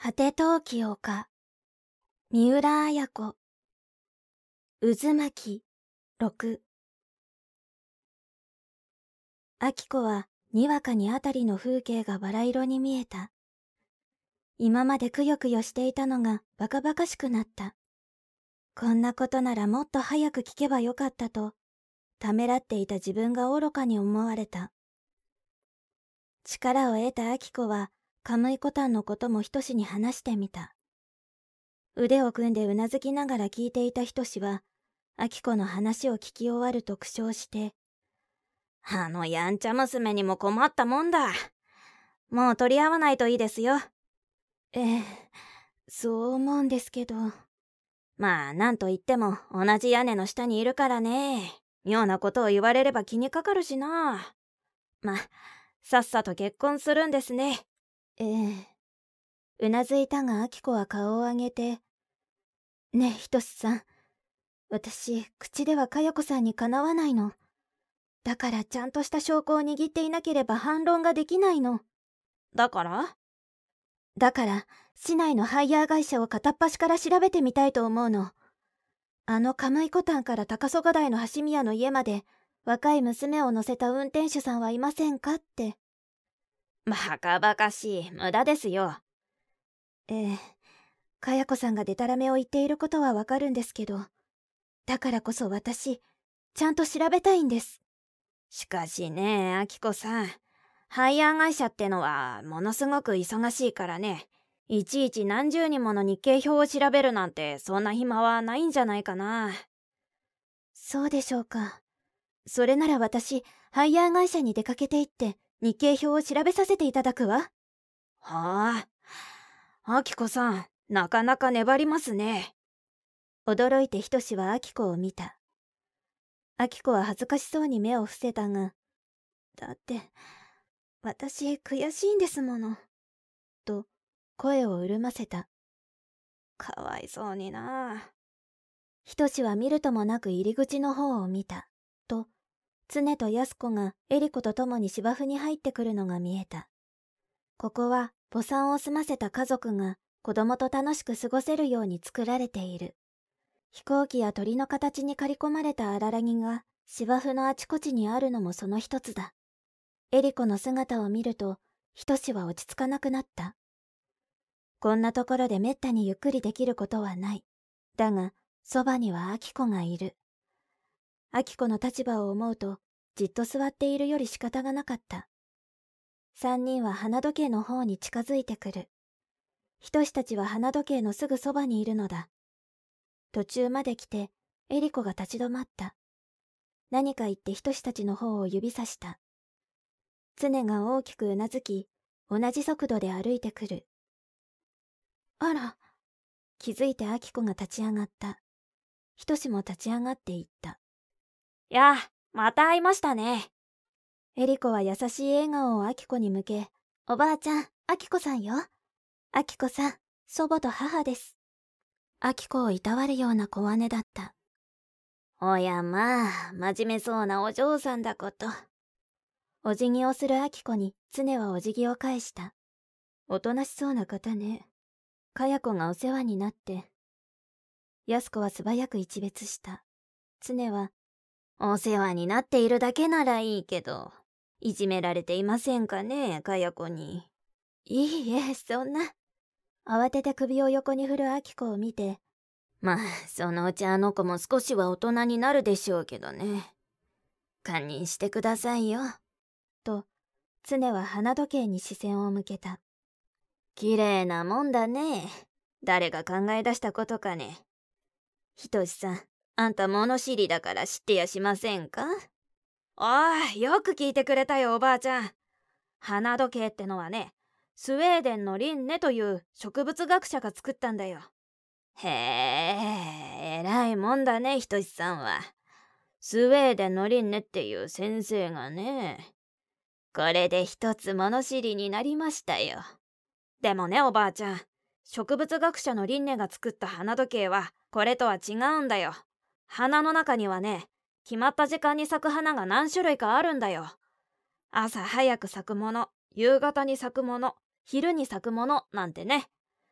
果て陶器丘、三浦綾子、渦巻き、6。明子はにわかにあたりの風景がバラ色に見えた。今までくよくよしていたのがバカバカしくなった。こんなことならもっと早く聞けばよかったと、ためらっていた自分が愚かに思われた。力を得た明子は、カムイコタンのこともひとしに話してみた。腕を組んでうなずきながら聞いていたひとしは、明子の話を聞き終わると苦笑して、 あのやんちゃ娘にも困ったもんだ。もう取り合わないといいですよ。 そう思うんですけど。 まあ、なんといっても同じ屋根の下にいるからね。妙なことを言われれば気にかかるしな。まあ、さっさと結婚するんですね。 うなずいたが明子は顔を上げて、ねえ、ひとしさん。私、口ではかや子さんにかなわないの。だからちゃんとした証拠を握っていなければ反論ができないの。 だから市内のハイヤー会社を片っ端から調べてみたいと思うの。あのカムイコタンから高曽我台の橋宮の家まで、若い娘を乗せた運転手さんはいませんかって。 バカバカしい、無駄ですよ。 かや子さんがデタラメを言っていることはわかるんですけど、だからこそ私、ちゃんと調べたいんです。 しかしね、あきこさん、ハイヤー会社ってのはものすごく忙しいからね、いちいち何十人もの日経表を調べるなんてそんな暇はないんじゃないかな。 そうでしょうか。それなら私、ハイヤー会社に出かけて行って日経表を調べさせていただくわ。 はあ、あきこさん、なかなか粘りますね。 驚いてひとしはあきこを見た。あきこは恥ずかしそうに目を伏せたが、だって、私悔しいんですもの。と、声を潤ませた。 かわいそうにな。 ひとしは見るともなく入り口の方を見た。と、常と安子がエリコと共に芝生に入ってくるのが見えた。ここは墓参を済ませた家族が子供と楽しく過ごせるように作られている。飛行機や鳥の形に刈り込まれた荒らぎが芝生のあちこちにあるのもその一つだ。エリコの姿を見ると、ひとしは落ち着かなくなった。こんなところでめったにゆっくりできることはない。だが、そばにはアキコがいる。アキコの立場を思うと、じっと座っているより仕方がなかった。三人は花時計の方に近づいてくる。ひとしたちは花時計のすぐそばにいるのだ。途中まで来て、エリコが立ち止まった。何か言ってひとしたちの方を指さした。常が大きくうなずき、同じ速度で歩いてくる。あら、気づいてアキコが立ち上がった。ひとしも立ち上がっていった。 やあ、また会いましたね。 エリコは優しい笑顔をアキコに向け、おばあちゃん、アキコさんよ。アキコさん、祖母と母です。アキコをいたわるような小姉だった。 おやまあ、真面目そうなお嬢さんだこと。 お辞儀をするアキコに常はお辞儀を返した。おとなしそうな方ね。かや子がお世話になって。安子は素早く一別した。常は、 お世話になっているだけならいいけど、いじめられていませんかね、かや子に。 いいえ、そんな。慌てて首を横に振るアキコを見て、 まあ、そのうちあの子も少しは大人になるでしょうけどね。堪忍してくださいよ。 と、常は花時計に視線を向けた。 綺麗なもんだね。誰が考え出したことかね。ひとしさん、あんた物知りだから知ってやしませんか？おい、よく聞いてくれたよおばあちゃん。花時計ってのはね、スウェーデンのリンネという植物学者が作ったんだよ。へえ、偉いもんだね、ひとしさんは。スウェーデンのリンネっていう先生がね。これで一つ物知りになりましたよ。でもねおばあちゃん、植物学者のリンネが作った花時計はこれとは違うんだよ。花の中にはね、決まった時間に咲く花が何種類かあるんだよ。朝早く咲くもの、夕方に咲くもの、昼に咲くものなんてね。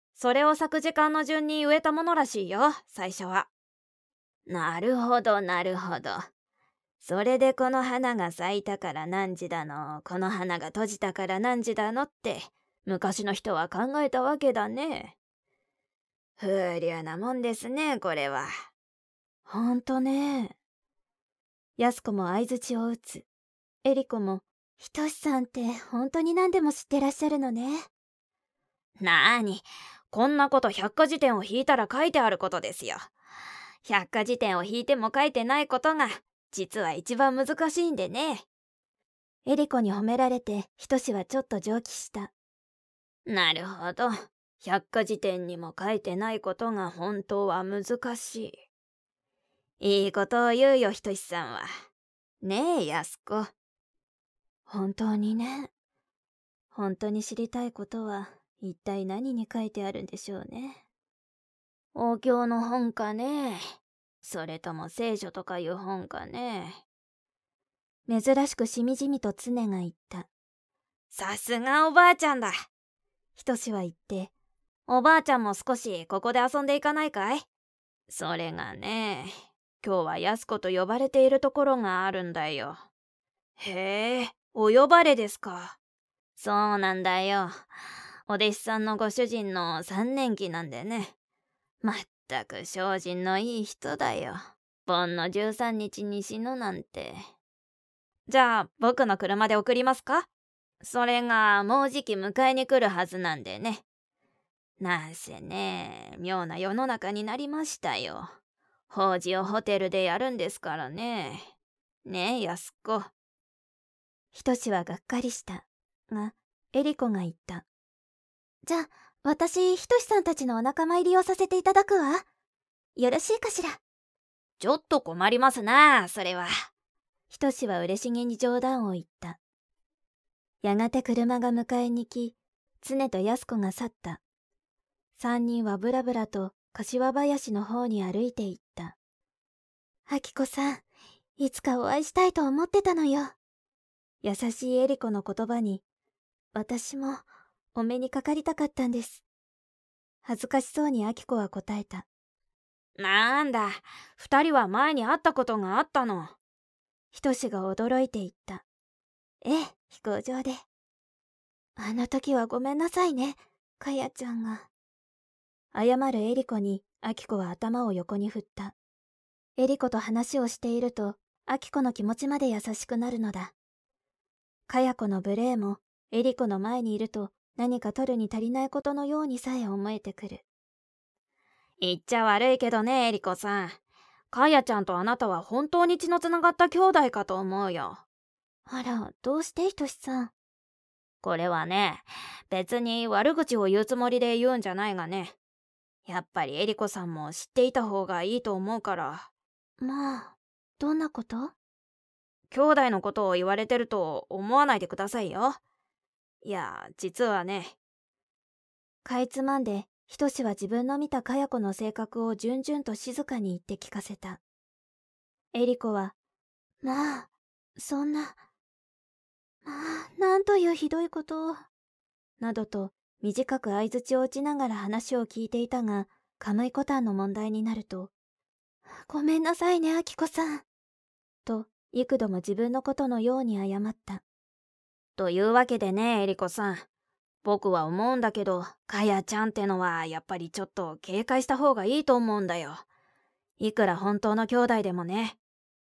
それを咲く時間の順に植えたものらしいよ、最初は。なるほどなるほど。それでこの花が咲いたから何時だの、この花が閉じたから何時だのって昔の人は考えたわけだね。風流なもんですね、これは。 ほんとね。安子も相槌を打つ。エリコも、ひとしさんって本当に何でも知ってらっしゃるのね。 なーに、こんなこと百科事典を引いたら書いてあることですよ。百科事典を引いても書いてないことが実は一番難しいんでね。 エリコに褒められてひとしはちょっと上気した。 なるほど。百科事典にも書いてないことが本当は難しい。いいことを言うよ、ひとしさんは。ねえ、やすこ。 本当にね。本当に知りたいことは一体何に書いてあるんでしょうね。 お経の本かね。それとも聖書とかいう本かね。 珍しくしみじみと常が言った。 さすがおばあちゃんだ。 ひとしは言って、 おばあちゃんも少しここで遊んでいかないかい？それがね、今日はやす子と呼ばれているところがあるんだよ。へえ、お呼ばれですか。そうなんだよ。お弟子さんのご主人の3年忌なんでね。まったく精進のいい人だよ。盆の13日に死ぬなんて。じゃあ僕の車で送りますか？それがもうじき迎えに来るはずなんでね。なんせね、妙な世の中になりましたよ。法事をホテルでやるんですからね。ねえ、やす子。 ひとしはがっかりした。が、エリコが言った。じゃあ、私、ひとしさんたちのお仲間入りをさせていただくわ。よろしいかしら。 ちょっと困りますな、それは。 ひとしは嬉しげに冗談を言った。やがて車が迎えに来、常と安子が去った。三人はぶらぶらと柏林の方に歩いて行った。あきこさん、いつかお会いしたいと思ってたのよ。優しいエリコの言葉に、私もお目にかかりたかったんです。恥ずかしそうにあきこは答えた。 なんだ、二人は前に会ったことがあったの。 ひとしが驚いて言った。ええ、飛行場で。あの時はごめんなさいね、かやちゃんが。謝るエリコに、あきこは頭を横に振った。エリコと話をしていると、あきこの気持ちまで優しくなるのだ。かや子の無礼も、エリコの前にいると、何か取るに足りないことのようにさえ思えてくる。 言っちゃ悪いけどね、エリコさん。かやちゃんとあなたは本当に血のつながった兄弟かと思うよ。 あら、どうしてひとしさん。 これはね、別に悪口を言うつもりで言うんじゃないがね。やっぱりエリコさんも知っていた方がいいと思うから。 まあ、どんなこと？ 兄弟のことを言われてると思わないでくださいよ。いや、実はね。 かいつまんで、ひとしは自分の見たかや子の性格を順々と静かに言って聞かせた。エリコは、まあ、そんな、まあ、なんというひどいことを。などと、短く相槌を打ちながら話を聞いていたが、カムイコタンの問題になると、ごめんなさいね、アキコさん。と、幾度も自分のことのように謝った。 というわけでね、エリコさん。僕は思うんだけど、かやちゃんってのはやっぱりちょっと警戒した方がいいと思うんだよ。いくら本当の兄弟でもね。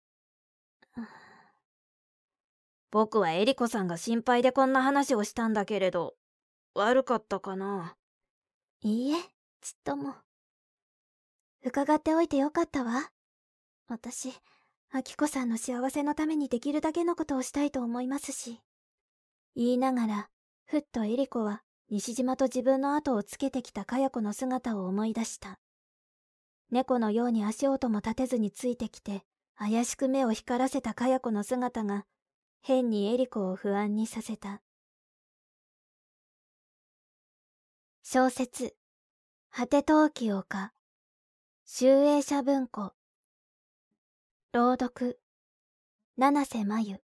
僕はエリコさんが心配でこんな話をしたんだけれど、悪かったかな。 いいえ、ちっとも。伺っておいてよかったわ。私、アキコさんの幸せのためにできるだけのことをしたいと思いますし。言いながら、ふっとエリコは西島と自分の後をつけてきたかや子の姿を思い出した。猫のように足音も立てずについてきて、怪しく目を光らせたかや子の姿が、変にエリコを不安にさせた。小説、果て陶器丘、集英社文庫。朗読、七瀬まゆ。